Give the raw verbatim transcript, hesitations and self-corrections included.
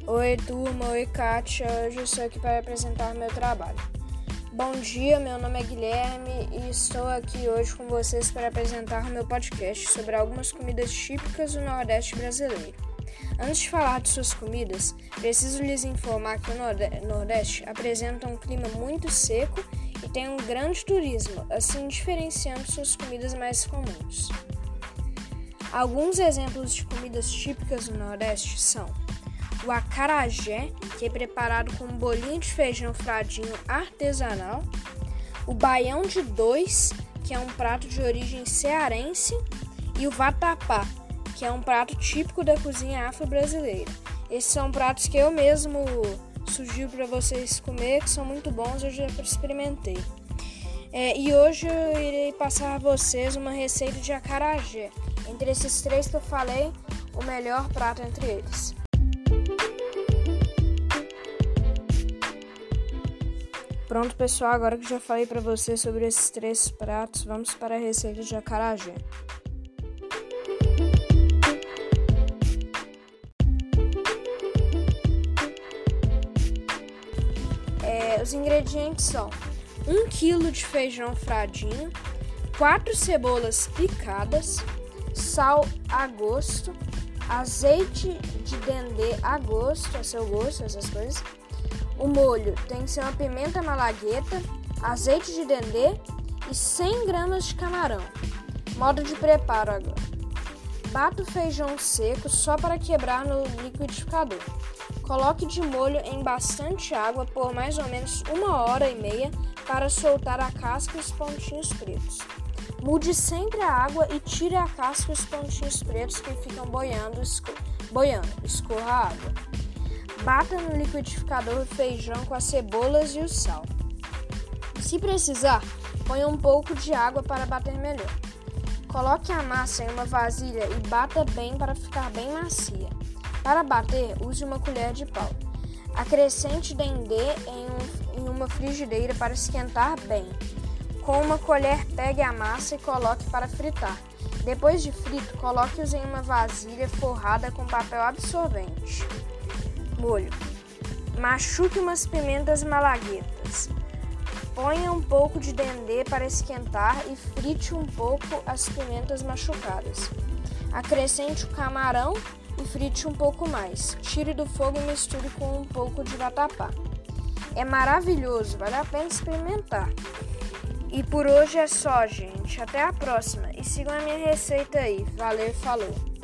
Oi, turma. Oi, Kátia. Hoje eu estou aqui para apresentar meu trabalho. Bom dia, meu nome é Guilherme e estou aqui hoje com vocês para apresentar o meu podcast sobre algumas comidas típicas do Nordeste brasileiro. Antes de falar de suas comidas, preciso lhes informar que o Nordeste apresenta um clima muito seco e tem um grande turismo, assim diferenciando suas comidas mais comuns. Alguns exemplos de comidas típicas do Nordeste são o acarajé, que é preparado com um bolinho de feijão fradinho artesanal, o baião de dois, que é um prato de origem cearense, e o vatapá, que é um prato típico da cozinha afro-brasileira. Esses são pratos que eu mesmo sugiro para vocês comer, que são muito bons, eu já experimentei. É, e hoje eu irei passar a vocês uma receita de acarajé. Entre esses três que eu falei, o melhor prato entre eles. Pronto, pessoal, agora que já falei para vocês sobre esses três pratos, vamos para a receita de acarajé. É, os ingredientes são um quilo de feijão fradinho, quatro cebolas picadas, sal a gosto, azeite de dendê a gosto, a seu gosto, essas coisas. O molho tem que ser uma pimenta malagueta, azeite de dendê e cem gramas de camarão. Modo de preparo agora. Bata o feijão seco só para quebrar no liquidificador. Coloque de molho em bastante água por mais ou menos uma hora e meia para soltar a casca e os pontinhos pretos. Mude sempre a água e tire a casca e os pontinhos pretos que ficam boiando, esco- boiando. Escorra a água. Bata no liquidificador o feijão com as cebolas e o sal. Se precisar, ponha um pouco de água para bater melhor. Coloque a massa em uma vasilha e bata bem para ficar bem macia. Para bater, use uma colher de pau. Acrescente dendê em, um, em uma frigideira para esquentar bem. Com uma colher, pegue a massa e coloque para fritar. Depois de frito, coloque-os em uma vasilha forrada com papel absorvente. Molho. Machuque umas pimentas malaguetas. Ponha um pouco de dendê para esquentar e frite um pouco as pimentas machucadas. Acrescente o camarão e frite um pouco mais. Tire do fogo e misture com um pouco de vatapá. É maravilhoso, vale a pena experimentar. E por hoje é só, gente. Até a próxima. E sigam a minha receita aí. Valeu, falou!